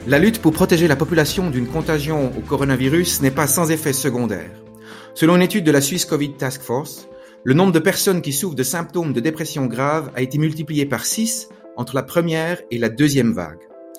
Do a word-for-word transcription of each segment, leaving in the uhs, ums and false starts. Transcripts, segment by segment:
La lutte pour protéger la population d'une contagion au coronavirus n'est pas sans effet secondaire. Selon une étude de la Swiss Covid Task Force, le nombre de personnes qui souffrent de symptômes de dépression grave a été multiplié par six entre la première et la deuxième vague.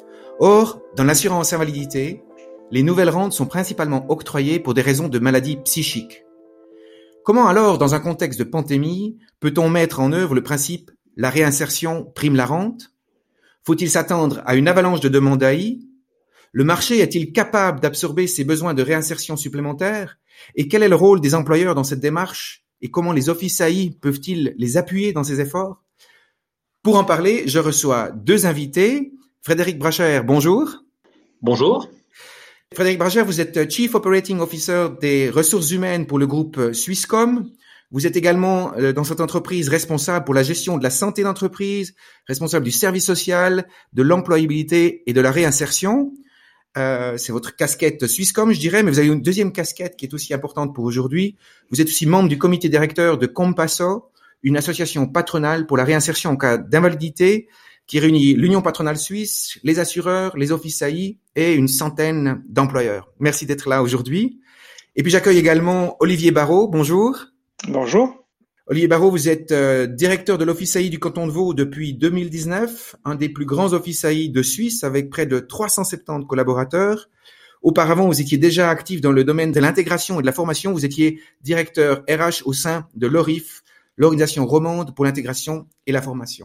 Or, dans l'assurance invalidité, les nouvelles rentes sont principalement octroyées pour des raisons de maladies psychiques. Comment alors, dans un contexte de pandémie, peut-on mettre en œuvre le principe « la réinsertion prime la rente » ? Faut-il s'attendre à une avalanche de demandes A I ? Le marché est-il capable d'absorber ces besoins de réinsertion supplémentaires ? Et quel est le rôle des employeurs dans cette démarche ? Et comment les offices A I peuvent-ils les appuyer dans ces efforts ? Pour en parler, je reçois deux invités. Frédéric Bracher, bonjour. Bonjour. Frédéric Bracher, vous êtes Chief Operating Officer des ressources humaines pour le groupe Swisscom. Vous êtes également dans cette entreprise responsable pour la gestion de la santé d'entreprise, responsable du service social, de l'employabilité et de la réinsertion. Euh, c'est votre casquette Swisscom, je dirais, mais vous avez une deuxième casquette qui est aussi importante pour aujourd'hui. Vous êtes aussi membre du comité directeur de Compasso, une association patronale pour la réinsertion en cas d'invalidité qui réunit l'Union patronale suisse, les assureurs, les offices A I et une centaine d'employeurs. Merci d'être là aujourd'hui. Et puis j'accueille également Olivier Barrault. Bonjour. Bonjour. Olivier Barrault, vous êtes euh, directeur de l'Office A I du canton de Vaud depuis deux mille dix-neuf, un des plus grands offices A I de Suisse avec près de trois cent soixante-dix collaborateurs. Auparavant, vous étiez déjà actif dans le domaine de l'intégration et de la formation. Vous étiez directeur R H au sein de l'O R I F, l'Organisation romande pour l'intégration et la formation.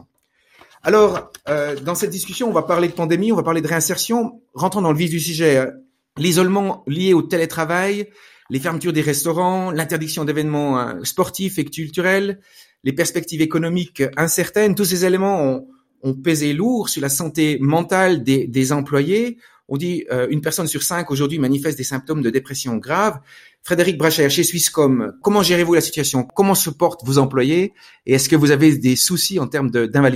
Alors, euh, dans cette discussion, on va parler de pandémie, on va parler de réinsertion. Rentrons dans le vif du sujet, l'isolement lié au télétravail, les fermetures des restaurants, l'interdiction d'événements euh, sportifs et culturels, les perspectives économiques incertaines, tous ces éléments ont, ont pesé lourd sur la santé mentale des, des employés. On dit euh, une personne sur cinq aujourd'hui manifeste des symptômes de dépression grave. Frédéric Bracher, chez Swisscom, comment gérez-vous la situation ? Comment se portent vos employés ? Et est-ce que vous avez des soucis en termes de, d'invalidité ?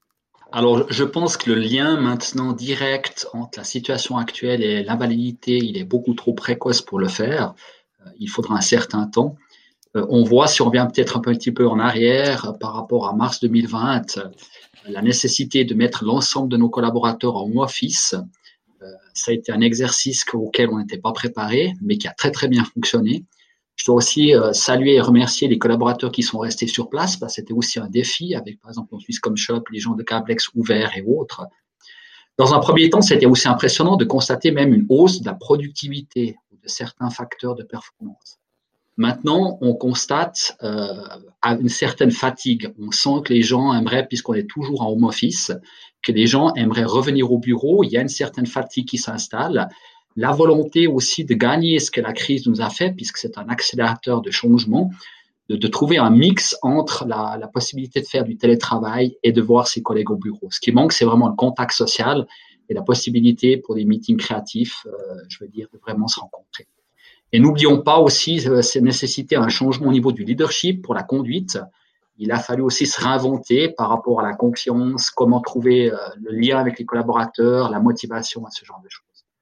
Alors, je pense que le lien maintenant direct entre la situation actuelle et l'invalidité, il est beaucoup trop précoce pour le faire. Il faudra un certain temps. On voit, si on revient peut-être un petit peu en arrière, par rapport à mars deux mille vingt, la nécessité de mettre l'ensemble de nos collaborateurs en home office. Ça a été un exercice auquel on n'était pas préparé, mais qui a très très bien fonctionné. Je dois aussi euh, saluer et remercier les collaborateurs qui sont restés sur place, parce que c'était aussi un défi avec, par exemple, en Swisscom Shop, les gens de Cablex ouverts et autres. Dans un premier temps, c'était aussi impressionnant de constater même une hausse de la productivité ou de certains facteurs de performance. Maintenant, on constate euh, à une certaine fatigue. On sent que les gens aimeraient, puisqu'on est toujours en home office, que les gens aimeraient revenir au bureau. Il y a une certaine fatigue qui s'installe. La volonté aussi de gagner ce que la crise nous a fait, puisque c'est un accélérateur de changement, de, de trouver un mix entre la, la possibilité de faire du télétravail et de voir ses collègues au bureau. Ce qui manque, c'est vraiment le contact social et la possibilité pour des meetings créatifs, euh, je veux dire, de vraiment se rencontrer. Et n'oublions pas aussi euh, cette nécessité d'un changement au niveau du leadership pour la conduite. Il a fallu aussi se réinventer par rapport à la confiance, comment trouver euh, le lien avec les collaborateurs, la motivation à ce genre de choses.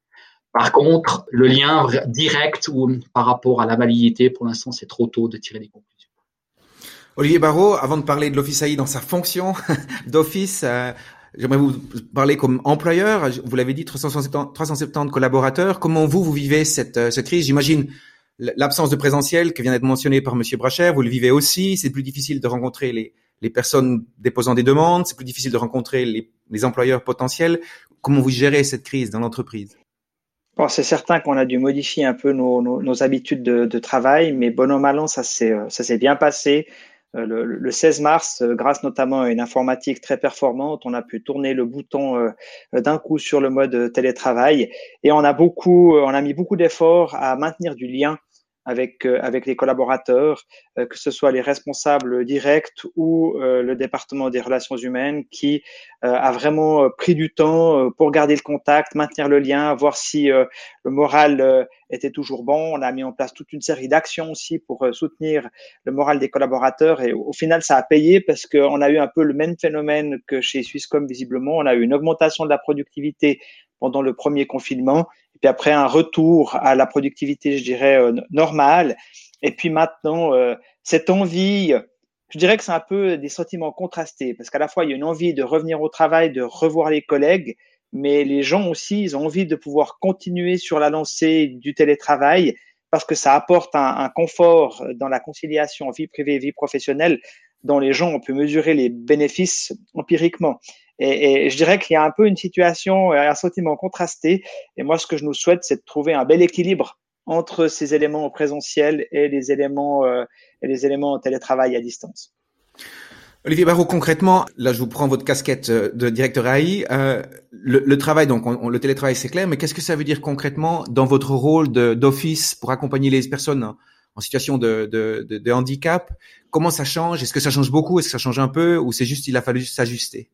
Par contre, le lien direct ou par rapport à la validité, pour l'instant, c'est trop tôt de tirer des conclusions. Olivier Barrault, avant de parler de l'Office A I dans sa fonction d'office, euh, j'aimerais vous parler comme employeur. Vous l'avez dit, trois cent soixante-dix collaborateurs. Comment vous, vous vivez cette, euh, cette crise ? J'imagine l'absence de présentiel que vient d'être mentionnée par Monsieur Bracher. Vous le vivez aussi. C'est plus difficile de rencontrer les, les personnes déposant des demandes. C'est plus difficile de rencontrer les, les employeurs potentiels. Comment vous gérez cette crise dans l'entreprise ? Bon, c'est certain qu'on a dû modifier un peu nos, nos, nos habitudes de, de travail, mais bon an mal an, ça s'est, ça s'est bien passé. Le, le seize mars, grâce notamment à une informatique très performante, on a pu tourner le bouton d'un coup sur le mode télétravail et on a beaucoup, on a mis beaucoup d'efforts à maintenir du lien avec avec les collaborateurs, que ce soit les responsables directs ou euh, le département des relations humaines qui euh, a vraiment pris du temps pour garder le contact, maintenir le lien, voir si euh, le moral euh, était toujours bon. On a mis en place toute une série d'actions aussi pour euh, soutenir le moral des collaborateurs et au, au final ça a payé parce qu'on a eu un peu le même phénomène que chez Swisscom visiblement. On a eu une augmentation de la productivité pendant le premier confinement. Et puis après, un retour à la productivité, je dirais, euh, normale. Et puis maintenant, euh, cette envie, je dirais que c'est un peu des sentiments contrastés, parce qu'à la fois, il y a une envie de revenir au travail, de revoir les collègues, mais les gens aussi, ils ont envie de pouvoir continuer sur la lancée du télétravail parce que ça apporte un, un confort dans la conciliation vie privée, vie professionnelle, dont les gens ont pu mesurer les bénéfices empiriquement. Et, et je dirais qu'il y a un peu une situation, un sentiment contrasté. Et moi, ce que je nous souhaite, c'est de trouver un bel équilibre entre ces éléments présentiels et les éléments, euh, et les éléments en télétravail à distance. Olivier Barraud, concrètement, là je vous prends votre casquette de directeur A I. Euh, le, le travail, donc on, on, le télétravail c'est clair, mais qu'est-ce que ça veut dire concrètement dans votre rôle de, d'office pour accompagner les personnes en, en situation de, de, de, de handicap? Comment ça change? Est-ce que ça change beaucoup? Est-ce que ça change un peu? Ou c'est juste il a fallu s'ajuster?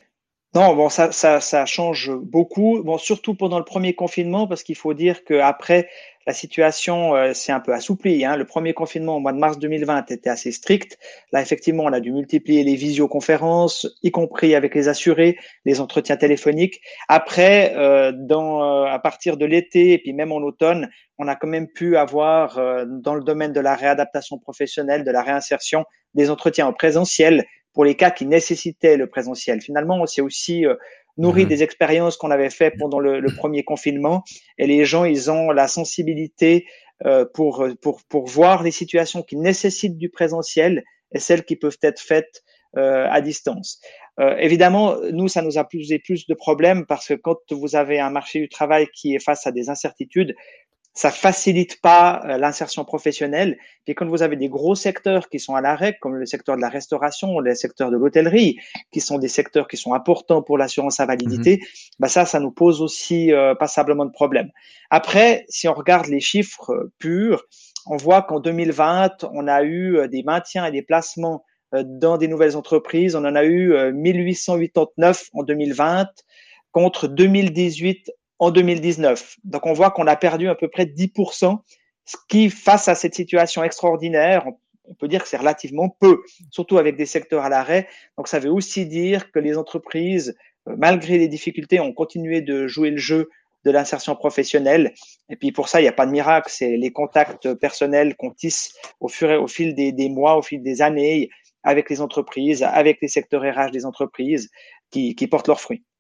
Non, bon, ça, ça, ça change beaucoup. Bon, surtout pendant le premier confinement, parce qu'il faut dire qu'après, la situation euh, s'est un peu assouplie. Hein. Le premier confinement au mois de mars deux mille vingt était assez strict. Là, effectivement, on a dû multiplier les visioconférences, y compris avec les assurés, les entretiens téléphoniques. Après, euh, dans, euh, à partir de l'été et puis même en automne, on a quand même pu avoir, euh, dans le domaine de la réadaptation professionnelle, de la réinsertion, des entretiens en présentiel pour les cas qui nécessitaient le présentiel. Finalement, on s'est aussi euh, nourri mmh. des expériences qu'on avait faites pendant le, le premier confinement, et les gens, ils ont la sensibilité euh, pour pour pour voir les situations qui nécessitent du présentiel et celles qui peuvent être faites euh, à distance. Euh, évidemment, nous, ça nous a posé plus de problèmes parce que quand vous avez un marché du travail qui est face à des incertitudes, ça facilite pas euh, l'insertion professionnelle. Puis quand vous avez des gros secteurs qui sont à l'arrêt, comme le secteur de la restauration, le secteur de l'hôtellerie, qui sont des secteurs qui sont importants pour l'assurance invalidité, mmh. bah ça, ça nous pose aussi euh, passablement de problèmes. Après, si on regarde les chiffres euh, purs, on voit qu'en deux mille vingt, on a eu euh, des maintiens et des placements euh, dans des nouvelles entreprises. On en a eu euh, mille huit cent quatre-vingt-neuf en deux mille vingt contre deux mille dix-huit en deux mille dix-neuf. Donc, on voit qu'on a perdu à peu près dix pour cent, ce qui, face à cette situation extraordinaire, on peut dire que c'est relativement peu, surtout avec des secteurs à l'arrêt. Donc, ça veut aussi dire que les entreprises, malgré les difficultés, ont continué de jouer le jeu de l'insertion professionnelle. Et puis, pour ça, il n'y a pas de miracle. C'est les contacts personnels qu'on tisse au fur et au fil des, des mois, au fil des années, avec les entreprises, avec les secteurs R H des entreprises qui, qui portent leurs fruits.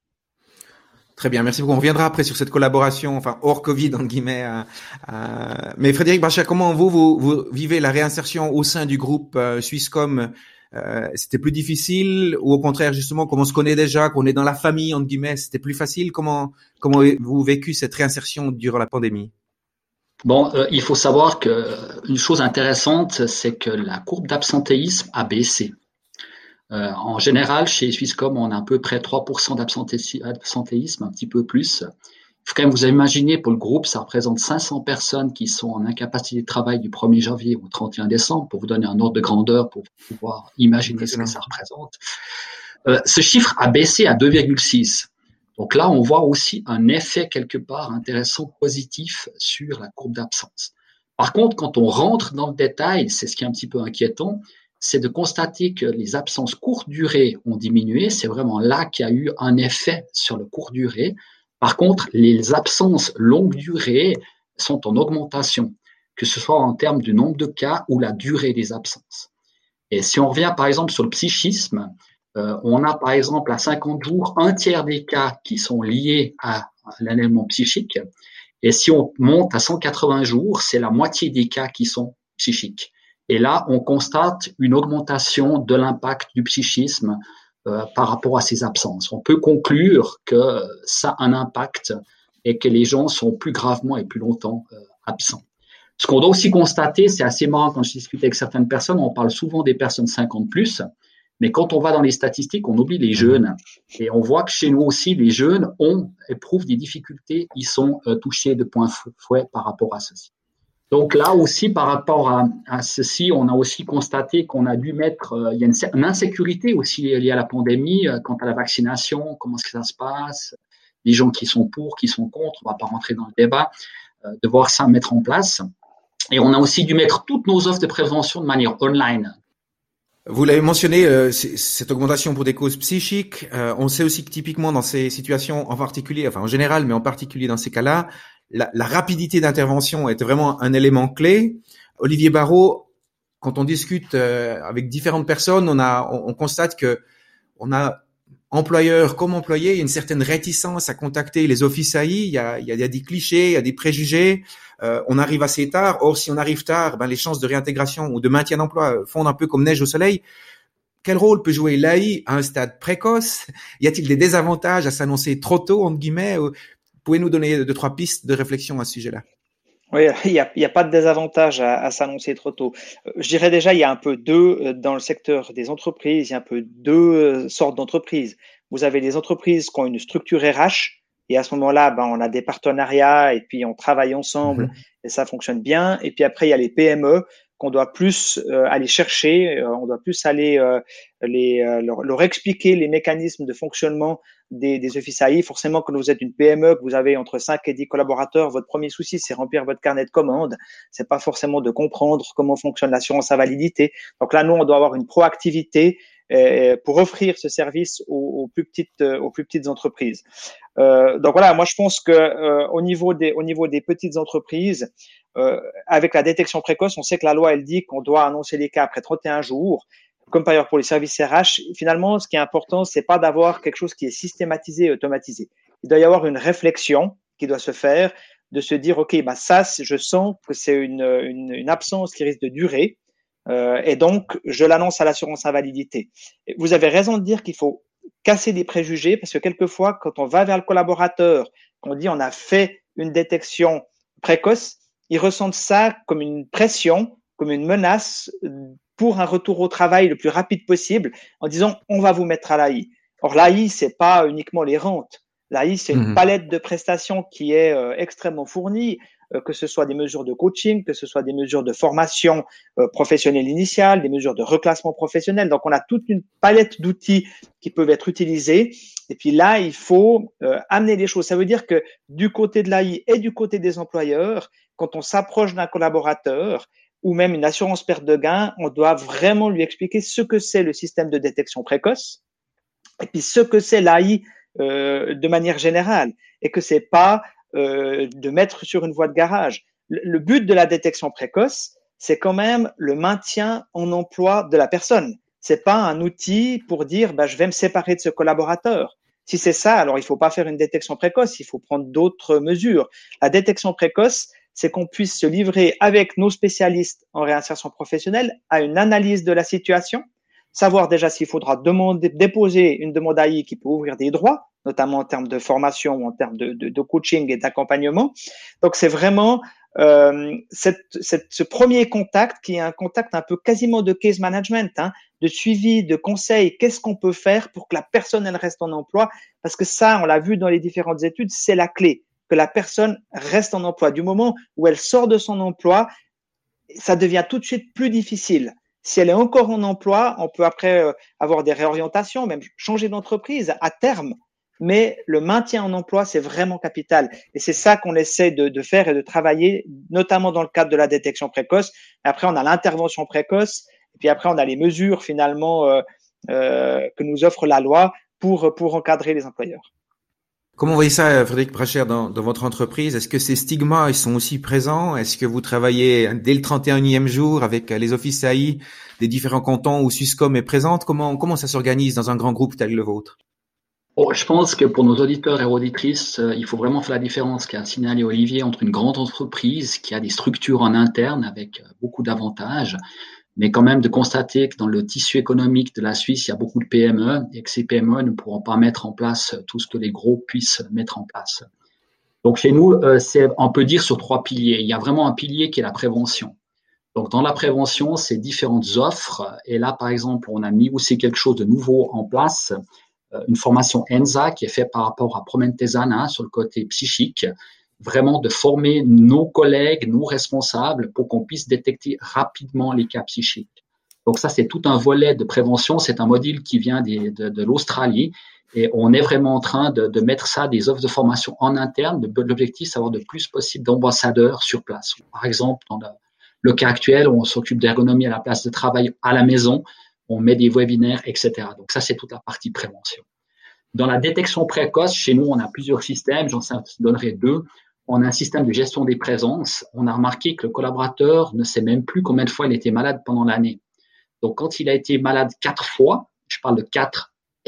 Très bien, merci beaucoup. On reviendra après sur cette collaboration, enfin hors Covid entre guillemets. Euh, euh, mais Frédéric Barcha, comment vous, vous vous vivez la réinsertion au sein du groupe euh, Swisscom? euh, C'était plus difficile ou au contraire justement, comme on se connaît déjà, qu'on est dans la famille entre guillemets, c'était plus facile? Comment comment avez-vous vécu cette réinsertion durant la pandémie? Bon, euh, il faut savoir que une chose intéressante, c'est que la courbe d'absentéisme a baissé. Euh, en général, chez Swisscom, on a à peu près trois pour cent d'absentéisme, un petit peu plus. Il faut quand même vous imaginer, pour le groupe, ça représente cinq cents personnes qui sont en incapacité de travail du premier janvier au trente et un décembre, pour vous donner un ordre de grandeur, pour pouvoir imaginer ce que ça représente. Euh, ce chiffre a baissé à deux virgule six. Donc là, on voit aussi un effet quelque part intéressant, positif sur la courbe d'absence. Par contre, quand on rentre dans le détail, c'est ce qui est un petit peu inquiétant, c'est de constater que les absences courte durée ont diminué. C'est vraiment là qu'il y a eu un effet sur le court durée. Par contre, les absences longue durée sont en augmentation, que ce soit en termes du nombre de cas ou la durée des absences. Et si on revient par exemple sur le psychisme, euh, on a par exemple à cinquante jours un tiers des cas qui sont liés à l'élément psychique. Et si on monte à cent quatre-vingts jours, c'est la moitié des cas qui sont psychiques. Et là, on constate une augmentation de l'impact du psychisme euh, par rapport à ces absences. On peut conclure que ça a un impact et que les gens sont plus gravement et plus longtemps euh, absents. Ce qu'on doit aussi constater, c'est assez marrant quand je discute avec certaines personnes, on parle souvent des personnes cinquante plus, mais quand on va dans les statistiques, on oublie les jeunes. Et on voit que chez nous aussi, les jeunes ont, éprouvent des difficultés, ils sont euh, touchés de plein fouet par rapport à ceci. Donc là aussi, par rapport à, à ceci, on a aussi constaté qu'on a dû mettre, euh, il y a une, une insécurité aussi liée à la pandémie, euh, quant à la vaccination, comment est-ce que ça se passe, les gens qui sont pour, qui sont contre, on va pas rentrer dans le débat, euh, de voir ça mettre en place. Et on a aussi dû mettre toutes nos offres de prévention de manière online. Vous l'avez mentionné, euh, cette augmentation pour des causes psychiques. Euh, on sait aussi que typiquement dans ces situations en particulier, enfin en général, mais en particulier dans ces cas-là, La, la rapidité d'intervention est vraiment un élément clé. Olivier Barraud, quand on discute euh, avec différentes personnes, on a, on, on constate que on a employeurs comme employés, il y a une certaine réticence à contacter les offices A I. Il y a, il y a, il y a des clichés, il y a des préjugés. Euh, on arrive assez tard. Or, si on arrive tard, ben, les chances de réintégration ou de maintien d'emploi fondent un peu comme neige au soleil. Quel rôle peut jouer l'A I à un stade précoce? Y a-t-il des désavantages à s'annoncer trop tôt, entre guillemets? Pouvez-nous donner deux, trois pistes de réflexion à ce sujet-là? Oui, il n'y a, il y a pas de désavantage à, à s'annoncer trop tôt. Je dirais déjà, il y a un peu deux, dans le secteur des entreprises, il y a un peu deux sortes d'entreprises. Vous avez les entreprises qui ont une structure R H, et à ce moment-là, ben, on a des partenariats et puis on travaille ensemble mmh. et ça fonctionne bien. Et puis après, il y a les P M E qu'on doit plus euh, aller chercher, euh, on doit plus aller euh, les, euh, leur, leur expliquer les mécanismes de fonctionnement des, des offices A I. Forcément, quand vous êtes une P M E, que vous avez entre cinq et dix collaborateurs, votre premier souci, c'est remplir votre carnet de commandes. C'est pas forcément de comprendre comment fonctionne l'assurance invalidité. Donc là, nous, on doit avoir une proactivité euh, pour offrir ce service aux, aux plus petites, euh, aux plus petites entreprises. Euh, donc voilà, moi je pense que euh, au niveau des, au niveau des petites entreprises, euh, avec la détection précoce, on sait que la loi elle dit qu'on doit annoncer les cas après trente et un jours. Comme par ailleurs pour les services R H, finalement, ce qui est important, c'est pas d'avoir quelque chose qui est systématisé et automatisé. Il doit y avoir une réflexion qui doit se faire, de se dire, ok, bah ça, je sens que c'est une, une, une absence qui risque de durer, euh, et donc je l'annonce à l'assurance invalidité. Vous avez raison de dire qu'il faut casser des préjugés, parce que quelquefois, quand on va vers le collaborateur, qu'on dit on a fait une détection précoce, ils ressentent ça comme une pression, comme une menace pour un retour au travail le plus rapide possible, en disant on va vous mettre à l'A I. Or l'A I, c'est pas uniquement les rentes. L'A I, c'est une mmh. palette de prestations qui est euh, extrêmement fournie, euh, que ce soit des mesures de coaching, que ce soit des mesures de formation euh, professionnelle initiale, des mesures de reclassement professionnel. Donc, on a toute une palette d'outils qui peuvent être utilisés. Et puis là, il faut euh, amener les choses. Ça veut dire que du côté de l'A I et du côté des employeurs, quand on s'approche d'un collaborateur ou même une assurance perte de gain, on doit vraiment lui expliquer ce que c'est le système de détection précoce et puis ce que c'est l'A I Euh, de manière générale, et que c'est pas euh, de mettre sur une voie de garage. Le, le but de la détection précoce, c'est quand même le maintien en emploi de la personne. C'est pas un outil pour dire bah, je vais me séparer de ce collaborateur. Si c'est ça, alors il faut pas faire une détection précoce, il faut prendre d'autres mesures. La détection précoce, c'est qu'on puisse se livrer avec nos spécialistes en réinsertion professionnelle à une analyse de la situation, savoir déjà s'il faudra demander, déposer une demande A I qui peut ouvrir des droits, notamment en termes de formation ou en termes de, de, de coaching et d'accompagnement. Donc, c'est vraiment euh, cette, cette, ce premier contact qui est un contact un peu quasiment de case management, hein, de suivi, de conseil. Qu'est-ce qu'on peut faire pour que la personne elle reste en emploi? Parce que ça, on l'a vu dans les différentes études, c'est la clé, que la personne reste en emploi. Du moment où elle sort de son emploi, ça devient tout de suite plus difficile. Si elle est encore en emploi, on peut après euh, avoir des réorientations, même changer d'entreprise à terme. Mais le maintien en emploi, c'est vraiment capital. Et c'est ça qu'on essaie de, de faire et de travailler, notamment dans le cadre de la détection précoce. Après, on a l'intervention précoce. Et puis après, on a les mesures finalement euh, euh, que nous offre la loi pour, pour encadrer les employeurs. Comment vous voyez ça, Frédéric Bracher, dans, dans votre entreprise? Est-ce que ces stigmas, ils sont aussi présents? Est-ce que vous travaillez dès le trente et unième jour avec les offices A I des différents cantons où Swisscom est présente? Comment, comment ça s'organise dans un grand groupe tel que le vôtre? Oh, je pense que pour nos auditeurs et auditrices, euh, il faut vraiment faire la différence qu'a signalé Olivier entre une grande entreprise qui a des structures en interne avec beaucoup d'avantages, mais quand même de constater que dans le tissu économique de la Suisse, il y a beaucoup de P M E et que ces P M E ne pourront pas mettre en place tout ce que les gros puissent mettre en place. Donc chez nous, euh, c'est, on peut dire sur trois piliers. Il y a vraiment un pilier qui est la prévention. Donc dans la prévention, c'est différentes offres. Et là, par exemple, on a mis aussi quelque chose de nouveau en place, euh, une formation E N S A qui est faite par rapport à Promentezana sur le côté psychique, vraiment de former nos collègues, nos responsables pour qu'on puisse détecter rapidement les cas psychiques. Donc ça, c'est tout un volet de prévention. C'est un module qui vient des, de, de l'Australie et on est vraiment en train de, de mettre ça, des offres de formation en interne. L'objectif, c'est d'avoir le plus possible d'ambassadeurs sur place. Par exemple, dans le, le cas actuel, on s'occupe d'ergonomie à la place de travail à la maison, on met des webinaires, et cetera. Donc ça, c'est toute la partie prévention. Dans la détection précoce, chez nous, on a plusieurs systèmes. J'en donnerai deux. On a un système de gestion des présences. On a remarqué que le collaborateur ne sait même plus combien de fois il était malade pendant l'année. Donc, quand il a été malade quatre fois, je parle de quatre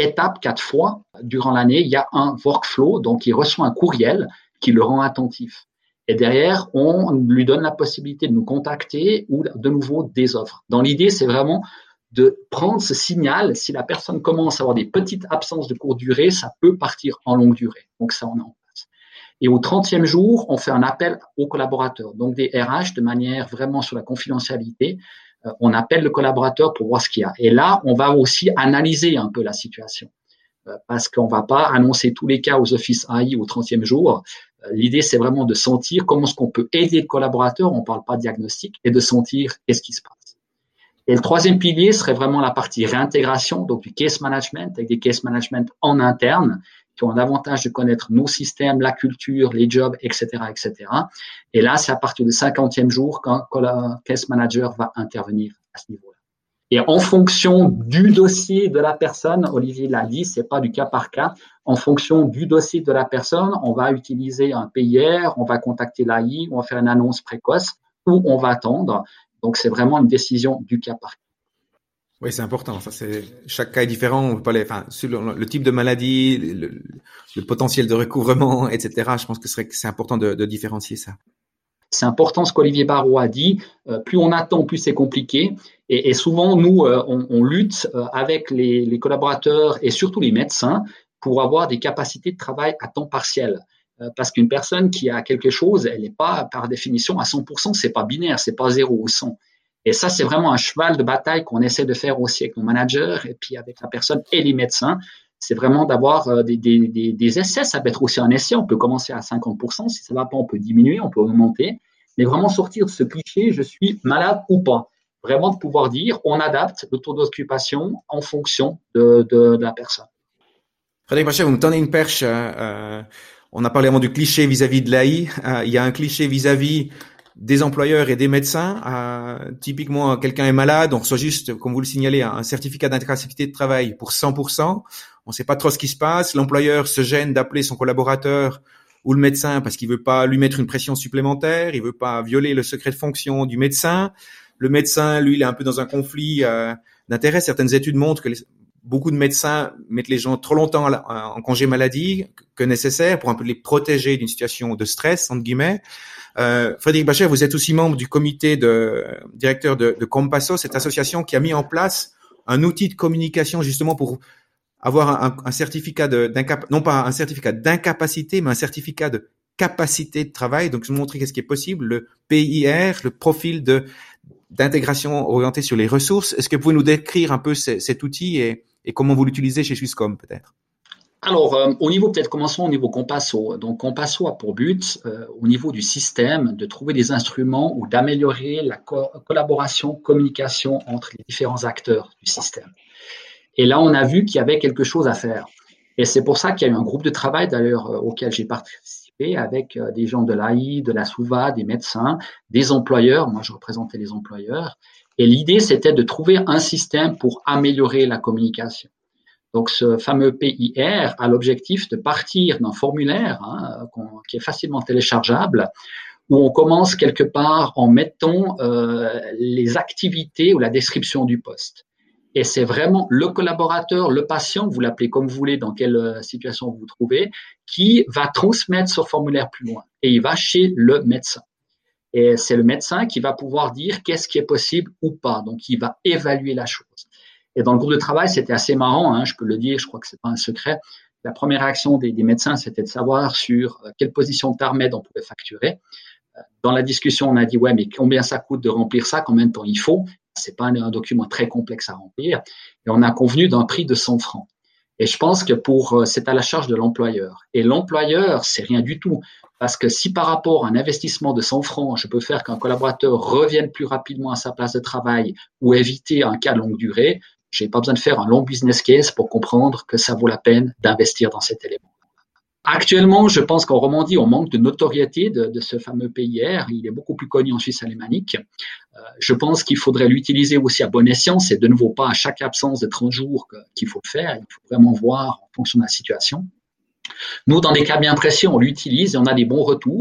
étape, quatre fois durant l'année, il y a un workflow, donc il reçoit un courriel qui le rend attentif. Et derrière, on lui donne la possibilité de nous contacter ou de nouveau des offres. Dans l'idée, c'est vraiment de prendre ce signal. Si la personne commence à avoir des petites absences de courte durée, ça peut partir en longue durée. Donc ça, on est en place. Et au trentième jour, on fait un appel aux collaborateurs, donc des R H de manière vraiment sur la confidentialité. Euh, on appelle le collaborateur pour voir ce qu'il y a. Et là, on va aussi analyser un peu la situation euh, parce qu'on va pas annoncer tous les cas aux offices A I au trentième jour. Euh, l'idée, c'est vraiment de sentir comment est-ce qu'on peut aider le collaborateur. On parle pas de diagnostic et de sentir qu'est-ce qui se passe. Et le troisième pilier serait vraiment la partie réintégration, donc du case management, avec des case management en interne, qui ont l'avantage de connaître nos systèmes, la culture, les jobs, et cetera, et cetera. Et là, c'est à partir du cinquantième jour quand le case manager va intervenir à ce niveau-là. Et en fonction du dossier de la personne, Olivier l'a dit, c'est pas du cas par cas. En fonction du dossier de la personne, on va utiliser un P I R, on va contacter l'A I, on va faire une annonce précoce ou on va attendre. Donc, c'est vraiment une décision du cas par cas. Oui, c'est important. Ça, c'est chaque cas est différent. On peut pas les, enfin, sur le, le type de maladie, le, le potentiel de recouvrement, et cetera. Je pense que c'est, c'est important de, de différencier ça. C'est important ce qu'Olivier Barraud a dit. Euh, plus on attend, plus c'est compliqué. Et, et souvent, nous, euh, on, on lutte euh, avec les, les collaborateurs et surtout les médecins pour avoir des capacités de travail à temps partiel. Euh, parce qu'une personne qui a quelque chose, elle n'est pas par définition à cent pour cent. C'est pas binaire, c'est pas zéro ou cent. Et ça, c'est vraiment un cheval de bataille qu'on essaie de faire aussi avec nos managers et puis avec la personne et les médecins. C'est vraiment d'avoir euh, des, des, des, des essais. Ça peut être aussi un essai. On peut commencer à cinquante pour cent. Si ça va pas, on peut diminuer, on peut augmenter. Mais vraiment sortir de ce cliché, je suis malade ou pas. Vraiment de pouvoir dire, on adapte le taux d'occupation en fonction de, de, de la personne. Frédéric Bachet, vous me tendez une perche. Euh, on a parlé avant du cliché vis-à-vis de l'A I. Euh, il y a un cliché vis-à-vis des employeurs et des médecins. Euh, typiquement, quelqu'un est malade, on reçoit juste, comme vous le signalez, un certificat d'incapacité de travail pour cent pour cent. On ne sait pas trop ce qui se passe. L'employeur se gêne d'appeler son collaborateur ou le médecin parce qu'il veut pas lui mettre une pression supplémentaire, il veut pas violer le secret de fonction du médecin. Le médecin, lui, il est un peu dans un conflit euh, d'intérêts. Certaines études montrent que les, beaucoup de médecins mettent les gens trop longtemps en congé maladie que nécessaire pour un peu les protéger d'une situation de stress, entre guillemets. Euh, Frédéric Bachet, vous êtes aussi membre du comité de directeur de, de Compasso, cette association qui a mis en place un outil de communication justement pour avoir un, un certificat de, d'incap, non pas un certificat d'incapacité, mais un certificat de capacité de travail. Donc, je vous montrer qu'est-ce qui est possible, le P I R, le profil de d'intégration orienté sur les ressources. Est-ce que vous pouvez nous décrire un peu c- cet outil et, et comment vous l'utilisez chez Swisscom, peut-être? Alors, euh, au niveau, peut-être commençons au niveau Compasso. Donc, Compasso a pour but, euh, au niveau du système, de trouver des instruments ou d'améliorer la co- collaboration, communication entre les différents acteurs du système. Et là, on a vu qu'il y avait quelque chose à faire. Et c'est pour ça qu'il y a eu un groupe de travail, d'ailleurs, euh, auquel j'ai participé, avec euh, des gens de l'A I, de la SUVA, des médecins, des employeurs. Moi, je représentais les employeurs. Et l'idée, c'était de trouver un système pour améliorer la communication. Donc, ce fameux P I R a l'objectif de partir d'un formulaire hein, qui est facilement téléchargeable, où on commence quelque part en mettant euh, les activités ou la description du poste. Et c'est vraiment le collaborateur, le patient, vous l'appelez comme vous voulez, dans quelle situation vous vous trouvez, qui va transmettre ce formulaire plus loin. Et il va chez le médecin. Et c'est le médecin qui va pouvoir dire qu'est-ce qui est possible ou pas. Donc, il va évaluer la chose. Et dans le groupe de travail, c'était assez marrant, hein, je peux le dire, je crois que c'est pas un secret. La première réaction des, des médecins, c'était de savoir sur quelle position de TARMED on pouvait facturer. Dans la discussion, on a dit, ouais, mais combien ça coûte de remplir ça, combien de temps il faut? C'est pas un, un document très complexe à remplir. Et on a convenu d'un prix de cent francs. Et je pense que pour, c'est à la charge de l'employeur. Et l'employeur, c'est rien du tout. Parce que si par rapport à un investissement de cent francs, je peux faire qu'un collaborateur revienne plus rapidement à sa place de travail ou éviter un cas de longue durée, j'ai pas besoin de faire un long business case pour comprendre que ça vaut la peine d'investir dans cet élément. Actuellement, je pense qu'en Romandie, on manque de notoriété de, de ce fameux P I R. Il est beaucoup plus connu en Suisse alémanique. Euh, je pense qu'il faudrait l'utiliser aussi à bon escient. C'est de nouveau pas à chaque absence de trente jours que, qu'il faut le faire. Il faut vraiment voir en fonction de la situation. Nous, dans des cas bien précis, on l'utilise et on a des bons retours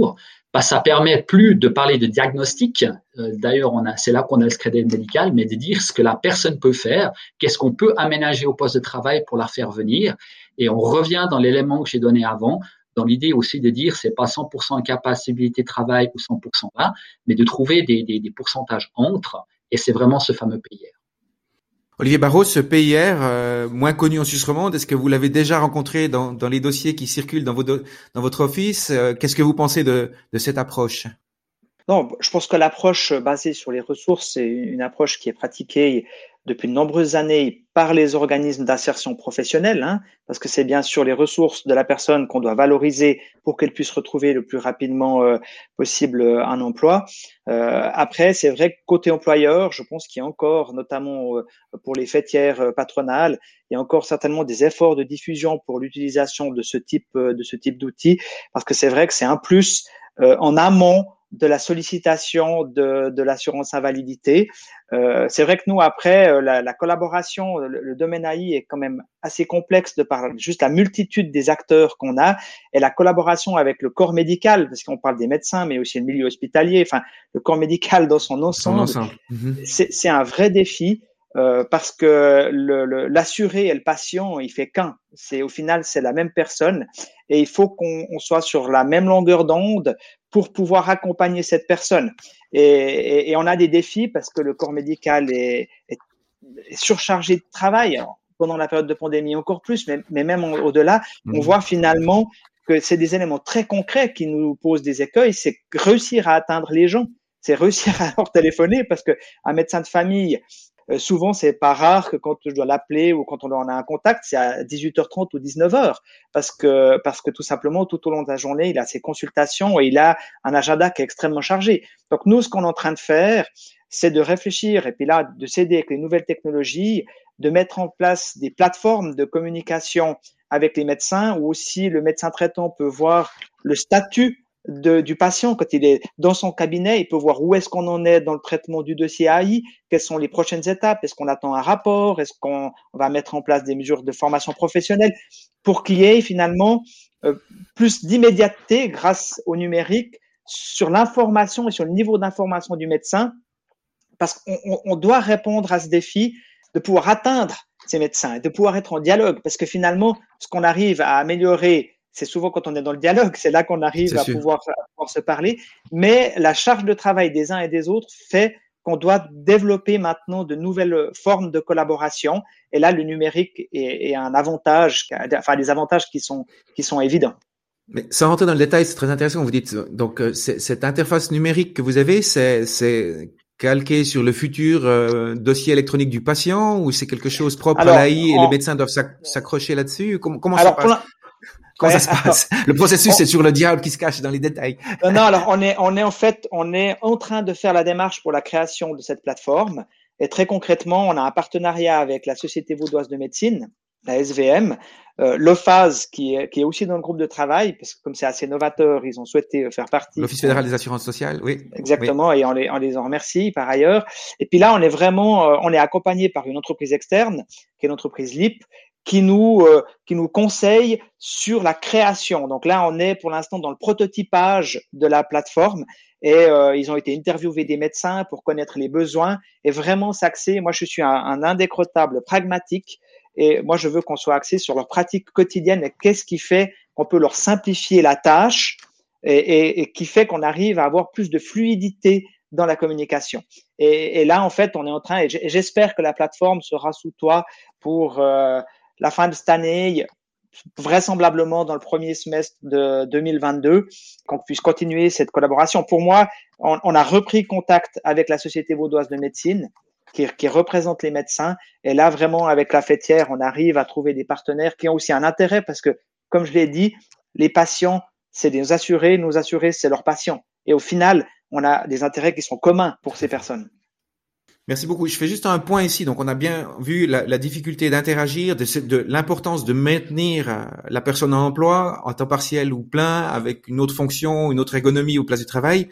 bah, ça permet plus de parler de diagnostic. Euh, d'ailleurs, on a, c'est là qu'on a le crédit médical, mais de dire ce que la personne peut faire, qu'est-ce qu'on peut aménager au poste de travail pour la faire venir. Et on revient dans l'élément que j'ai donné avant, dans l'idée aussi de dire c'est pas cent pour cent incapacité de travail ou cent pour cent là, mais de trouver des, des, des pourcentages entre. Et c'est vraiment ce fameux P I R. Olivier Barraud, ce P I R, euh, moins connu en Suisse romande, est-ce que vous l'avez déjà rencontré dans, dans les dossiers qui circulent dans, vos do- dans votre office? euh, Qu'est-ce que vous pensez de, de cette approche? Non, je pense que l'approche basée sur les ressources, c'est une approche qui est pratiquée depuis de nombreuses années par les organismes d'insertion professionnelle, hein, parce que c'est bien sûr les ressources de la personne qu'on doit valoriser pour qu'elle puisse retrouver le plus rapidement euh, possible un emploi. Euh, après, c'est vrai que côté employeur, je pense qu'il y a encore, notamment euh, pour les fêtières patronales, il y a encore certainement des efforts de diffusion pour l'utilisation de ce type euh, de ce type d'outils, parce que c'est vrai que c'est un plus euh, en amont de la sollicitation de, de l'assurance invalidité. Euh, c'est vrai que nous, après, la, la collaboration, le, le domaine A I est quand même assez complexe de par juste la multitude des acteurs qu'on a et la collaboration avec le corps médical, parce qu'on parle des médecins, mais aussi le milieu hospitalier, enfin, le corps médical dans son ensemble. Son ensemble. Mmh. C'est, c'est un vrai défi. Euh, parce que le, le, l'assuré et le patient, il fait qu'un. C'est au final, c'est la même personne, et il faut qu'on on soit sur la même longueur d'onde pour pouvoir accompagner cette personne. Et, et, et on a des défis parce que le corps médical est, est, est surchargé de travail. Alors, pendant la période de pandémie encore plus, mais, mais même au-delà, mmh. on voit finalement que c'est des éléments très concrets qui nous posent des écueils. C'est réussir à atteindre les gens, c'est réussir à leur téléphoner, parce que un médecin de famille, Euh, souvent, c'est pas rare que quand je dois l'appeler ou quand on en a un contact, c'est à dix-huit heures trente ou dix-neuf heures, parce que parce que tout simplement, tout au long de la journée, il a ses consultations et il a un agenda qui est extrêmement chargé. Donc nous, ce qu'on est en train de faire, c'est de réfléchir et puis là, de s'aider avec les nouvelles technologies, de mettre en place des plateformes de communication avec les médecins, où aussi le médecin traitant peut voir le statut De, du patient quand il est dans son cabinet, il peut voir où est-ce qu'on en est dans le traitement du dossier A I, quelles sont les prochaines étapes, est-ce qu'on attend un rapport, est-ce qu'on va mettre en place des mesures de formation professionnelle pour qu'il y ait finalement euh, plus d'immédiateté grâce au numérique sur l'information et sur le niveau d'information du médecin, parce qu'on on doit répondre à ce défi de pouvoir atteindre ces médecins et de pouvoir être en dialogue, parce que finalement, ce qu'on arrive à améliorer, c'est souvent quand on est dans le dialogue, c'est là qu'on arrive à pouvoir, à pouvoir se parler. Mais la charge de travail des uns et des autres fait qu'on doit développer maintenant de nouvelles formes de collaboration. Et là, le numérique est, est un avantage, enfin des avantages qui sont qui sont évidents. Mais sans rentrer dans le détail, c'est très intéressant. Vous dites donc c'est, cette interface numérique que vous avez, c'est c'est calqué sur le futur euh, dossier électronique du patient, ou c'est quelque chose propre alors, à l'A I et en... les médecins doivent s'accrocher là-dessus? Comment, comment alors, ça passe? Comment ouais, ça se passe? Le processus, on... c'est sur le diable qui se cache dans les détails. Non, non, alors on est, on est en fait, on est en train de faire la démarche pour la création de cette plateforme. Et très concrètement, on a un partenariat avec la Société vaudoise de médecine, la S V M, euh, l'O F A S qui est, qui est aussi dans le groupe de travail, parce que comme c'est assez novateur, ils ont souhaité faire partie. L'Office fédéral des assurances sociales, oui. Exactement, oui. Et on les, on les en remercie par ailleurs. Et puis là, on est vraiment, euh, on est accompagné par une entreprise externe, qui est l'entreprise L I P, qui nous euh, qui nous conseille sur la création. Donc là, on est pour l'instant dans le prototypage de la plateforme et euh, ils ont été interviewés des médecins pour connaître les besoins et vraiment s'axer. Moi, je suis un, un indécrottable pragmatique et moi, je veux qu'on soit axé sur leur pratique quotidienne et qu'est-ce qui fait qu'on peut leur simplifier la tâche et, et, et qui fait qu'on arrive à avoir plus de fluidité dans la communication. Et, et là, en fait, on est en train, et j'espère que la plateforme sera sous toit pour euh, la fin de cette année, vraisemblablement dans le premier semestre de deux mille vingt-deux, qu'on puisse continuer cette collaboration. Pour moi, on, on a repris contact avec la Société vaudoise de médecine, qui, qui représente les médecins. Et là, vraiment, avec la fêtière, on arrive à trouver des partenaires qui ont aussi un intérêt parce que, comme je l'ai dit, les patients, c'est des assurés, nos assurés, c'est leurs patients. Et au final, on a des intérêts qui sont communs pour ces personnes. Merci beaucoup. Je fais juste un point ici. Donc, on a bien vu la, la difficulté d'interagir, de, de l'importance de maintenir la personne en emploi, en temps partiel ou plein, avec une autre fonction, une autre ergonomie au place du travail.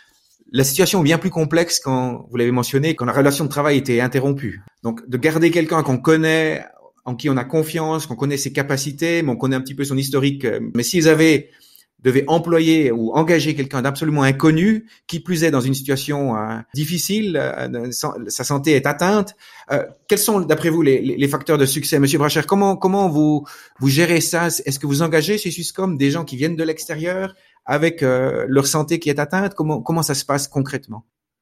La situation est bien plus complexe quand, vous l'avez mentionné, quand la relation de travail était interrompue. Donc, de garder quelqu'un qu'on connaît, en qui on a confiance, qu'on connaît ses capacités, mais on connaît un petit peu son historique. Mais s'ils avaient devait employer ou engager quelqu'un d'absolument inconnu, qui plus est dans une situation euh, difficile, euh, sa santé est atteinte. Euh, quels sont, d'après vous, les, les facteurs de succès? Monsieur Bracher, comment, comment vous, vous gérez ça? Est-ce que vous engagez chez Swisscom des gens qui viennent de l'extérieur avec euh, leur santé qui est atteinte? Comment, comment ça se passe concrètement?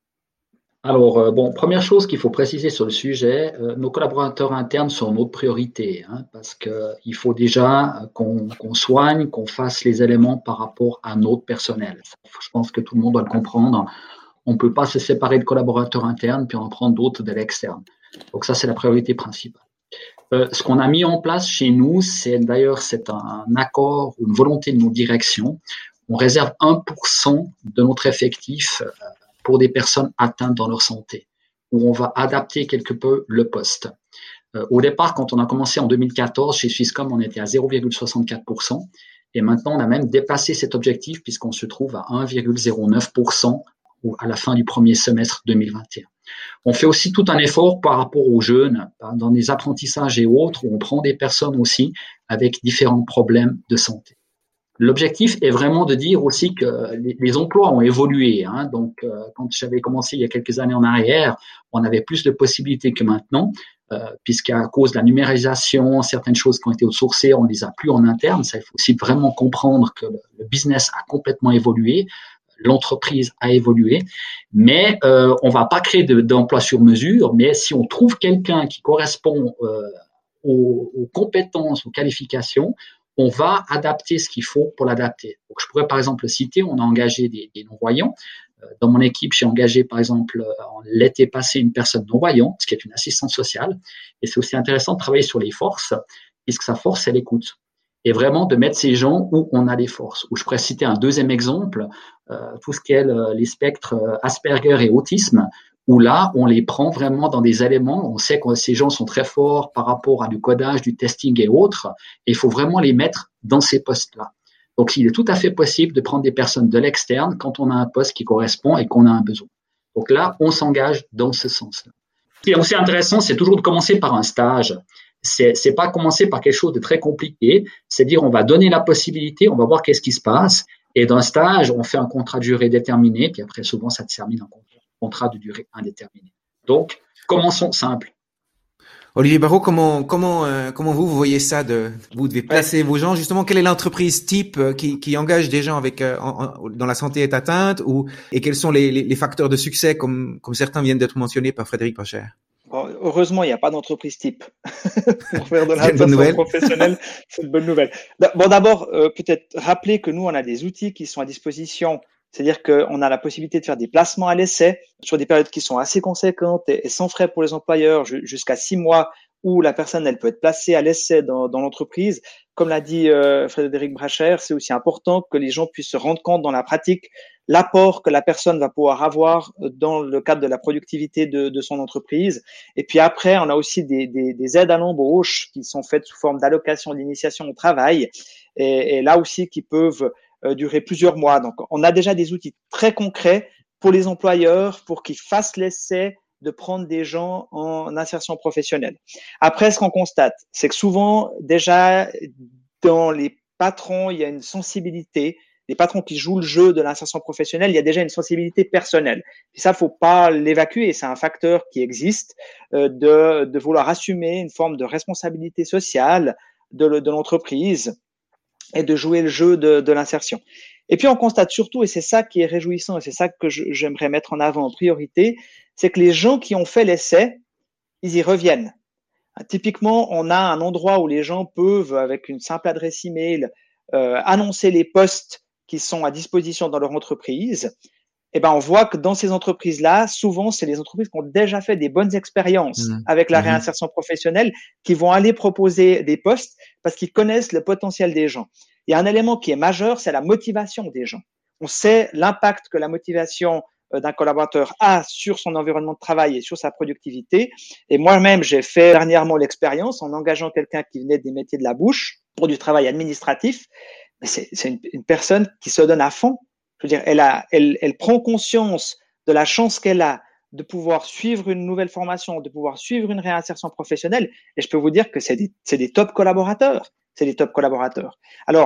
Alors, euh, bon, première chose qu'il faut préciser sur le sujet, euh, nos collaborateurs internes sont notre priorité, hein, parce qu'il faut déjà qu'on qu'on soigne, qu'on fasse les éléments par rapport à notre personnel. Je pense que tout le monde doit le comprendre. On ne peut pas se séparer de collaborateurs internes puis en prendre d'autres de l'externe. Donc ça, c'est la priorité principale. Euh, ce qu'on a mis en place chez nous, c'est d'ailleurs c'est un, un accord ou une volonté de nos directions. On réserve un pour cent de notre effectif euh, pour des personnes atteintes dans leur santé, où on va adapter quelque peu le poste. Euh, au départ, quand on a commencé en deux mille quatorze, chez Swisscom, on était à zéro virgule soixante-quatre pour cent, et maintenant on a même dépassé cet objectif puisqu'on se trouve à un virgule zéro neuf pour cent à la fin du premier semestre deux mille vingt et un. On fait aussi tout un effort par rapport aux jeunes, dans des apprentissages et autres, où on prend des personnes aussi avec différents problèmes de santé. L'objectif est vraiment de dire aussi que les, les emplois ont évolué. Hein. Donc, euh, quand j'avais commencé il y a quelques années en arrière, on avait plus de possibilités que maintenant, euh, puisqu'à cause de la numérisation, certaines choses qui ont été outsourcées, on ne les a plus en interne. Ça, il faut aussi vraiment comprendre que le, le business a complètement évolué, l'entreprise a évolué, mais euh, on ne va pas créer de, d'emplois sur mesure. Mais si on trouve quelqu'un qui correspond euh, aux, aux compétences, aux qualifications, on va adapter ce qu'il faut pour l'adapter. Donc, je pourrais par exemple citer, on a engagé des, des non-voyants. Dans mon équipe, j'ai engagé par exemple l'été passé une personne non-voyante, ce qui est une assistante sociale. Et c'est aussi intéressant de travailler sur les forces, puisque sa force, c'est l'écoute. Et vraiment de mettre ces gens où on a des forces. Où je pourrais citer un deuxième exemple, euh, tout ce qui est le, les spectres Asperger et autisme, où là, on les prend vraiment dans des éléments. On sait que ces gens sont très forts par rapport à du codage, du testing et autres. Et il faut vraiment les mettre dans ces postes-là. Donc, il est tout à fait possible de prendre des personnes de l'externe quand on a un poste qui correspond et qu'on a un besoin. Donc là, on s'engage dans ce sens-là. Ce qui est aussi intéressant, c'est toujours de commencer par un stage. C'est, c'est pas commencer par quelque chose de très compliqué. C'est dire, on va donner la possibilité, on va voir qu'est-ce qui se passe. Et d'un stage, on fait un contrat de durée déterminé. Puis après, souvent, ça termine en contrat de durée indéterminée. Donc, commençons simple. Olivier Barrault, comment comment euh, comment vous, vous voyez ça de vous devez placer ouais. vos gens justement, quelle est l'entreprise type qui qui engage des gens avec euh, en, en, dans la santé est atteinte, ou et quels sont les, les les facteurs de succès comme comme certains viennent d'être mentionnés par Frédéric Bracher? Bon, heureusement, il n'y a pas d'entreprise type pour faire de l'insertion professionnelle. C'est une bonne nouvelle. Bon, d'abord, euh, peut-être rappeler que nous, on a des outils qui sont à disposition. C'est-à-dire qu'on a la possibilité de faire des placements à l'essai sur des périodes qui sont assez conséquentes et, et sans frais pour les employeurs, jusqu'à six mois, où la personne elle peut être placée à l'essai dans, dans l'entreprise. Comme l'a dit euh, Frédéric Bracher, c'est aussi important que les gens puissent se rendre compte dans la pratique l'apport que la personne va pouvoir avoir dans le cadre de la productivité de, de son entreprise. Et puis après, on a aussi des, des, des aides à l'embauche qui sont faites sous forme d'allocation d'initiation au travail, et, et là aussi qui peuvent euh, durer plusieurs mois. Donc, on a déjà des outils très concrets pour les employeurs pour qu'ils fassent l'essai de prendre des gens en insertion professionnelle. Après, ce qu'on constate, c'est que souvent, déjà, dans les patrons, il y a une sensibilité. Les patrons qui jouent le jeu de l'insertion professionnelle, il y a déjà une sensibilité personnelle. Et ça, faut pas l'évacuer. C'est un facteur qui existe euh, de, de vouloir assumer une forme de responsabilité sociale de, de l'entreprise et de jouer le jeu de, de l'insertion. Et puis, on constate surtout, et c'est ça qui est réjouissant, et c'est ça que je, j'aimerais mettre en avant en priorité, c'est que les gens qui ont fait l'essai, ils y reviennent. Typiquement, on a un endroit où les gens peuvent, avec une simple adresse email, euh, annoncer les postes qui sont à disposition dans leur entreprise. Et ben, on voit que dans ces entreprises-là, souvent, c'est les entreprises qui ont déjà fait des bonnes expériences mmh. avec la mmh. réinsertion professionnelle, qui vont aller proposer des postes parce qu'ils connaissent le potentiel des gens. Il y a un élément qui est majeur, c'est la motivation des gens. On sait l'impact que la motivation d'un collaborateur a sur son environnement de travail et sur sa productivité. Et moi-même, j'ai fait dernièrement l'expérience en engageant quelqu'un qui venait des métiers de la bouche pour du travail administratif. Mais c'est, c'est une, une personne qui se donne à fond. Je veux dire, elle a, elle, elle prend conscience de la chance qu'elle a de pouvoir suivre une nouvelle formation, de pouvoir suivre une réinsertion professionnelle. Et je peux vous dire que c'est des, c'est des top collaborateurs. C'est des top collaborateurs. Alors,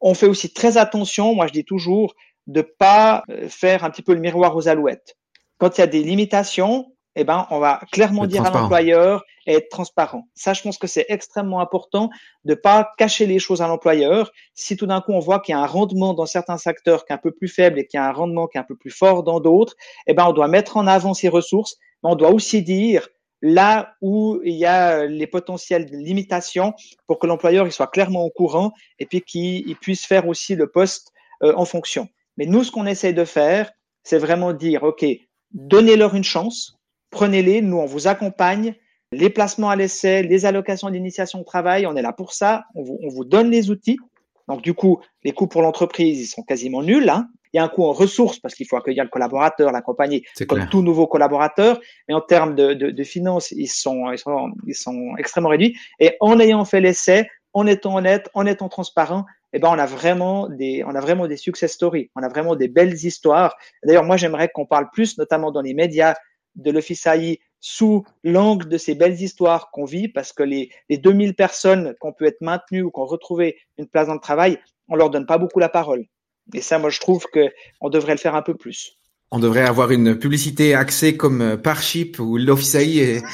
On fait aussi très attention, moi je dis toujours, de pas faire un petit peu le miroir aux alouettes. Quand il y a des limitations, eh ben, on va clairement dire à l'employeur et être transparent. Ça, je pense que c'est extrêmement important de pas cacher les choses à l'employeur. Si tout d'un coup, on voit qu'il y a un rendement dans certains secteurs qui est un peu plus faible et qu'il y a un rendement qui est un peu plus fort dans d'autres, eh ben, on doit mettre en avant ces ressources, mais on doit aussi dire là où il y a les potentielles limitations pour que l'employeur il soit clairement au courant et puis qu'il puisse faire aussi le poste euh, en fonction. Mais nous, ce qu'on essaie de faire, c'est vraiment dire, OK, donnez-leur une chance, prenez-les, nous, on vous accompagne. Les placements à l'essai, les allocations d'initiation au travail, on est là pour ça. On vous, on vous donne les outils. Donc, du coup, les coûts pour l'entreprise, ils sont quasiment nuls. Hein. Il y a un coût en ressources parce qu'il faut accueillir le collaborateur, l'accompagner comme clair. Tout nouveau collaborateur. Mais en termes de, de, de finances, ils sont, ils, sont, ils sont extrêmement réduits. Et en ayant fait l'essai, en étant honnête, en étant transparent, eh ben, on a vraiment des, on a vraiment des success stories. On a vraiment des belles histoires. D'ailleurs, moi, j'aimerais qu'on parle plus, notamment dans les médias, de l'Office A I sous l'angle de ces belles histoires qu'on vit, parce que les, les deux mille personnes qui ont pu être maintenues ou qui ont retrouvé une place dans le travail, on leur donne pas beaucoup la parole. Et ça, moi, je trouve que on devrait le faire un peu plus. On devrait avoir une publicité axée comme Parship ou l'Office A I est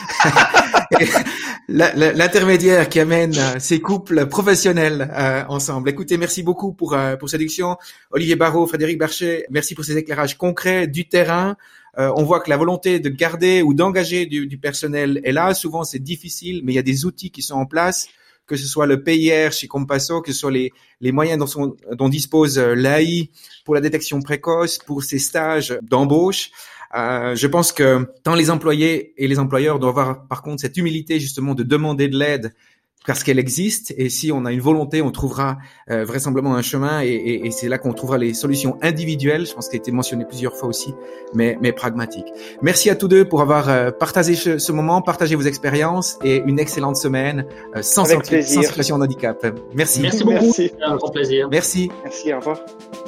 l'intermédiaire qui amène ces couples professionnels euh, ensemble. Écoutez, merci beaucoup pour euh, pour séduction, Olivier Barraud, Frédéric Bercher. Merci pour ces éclairages concrets du terrain. Euh, on voit que la volonté de garder ou d'engager du, du personnel est là. Souvent, c'est difficile, mais il y a des outils qui sont en place, que ce soit le P I R chez Compasso, que ce soit les, les moyens dont, sont, dont dispose l'A I pour la détection précoce, pour ces stages d'embauche. Euh, je pense que tant les employés et les employeurs doivent avoir, par contre, cette humilité justement de demander de l'aide parce qu'elle existe. Et si on a une volonté, on trouvera euh, vraisemblablement un chemin. Et, et, et c'est là qu'on trouvera les solutions individuelles. Je pense que ça a été mentionné plusieurs fois aussi, mais, mais pragmatiques. Merci à tous deux pour avoir euh, partagé ce, ce moment, partagé vos expériences et une excellente semaine euh, sans, sans situation de handicap. Merci. Merci beaucoup. Merci. Un grand plaisir. Merci. Merci. Au revoir.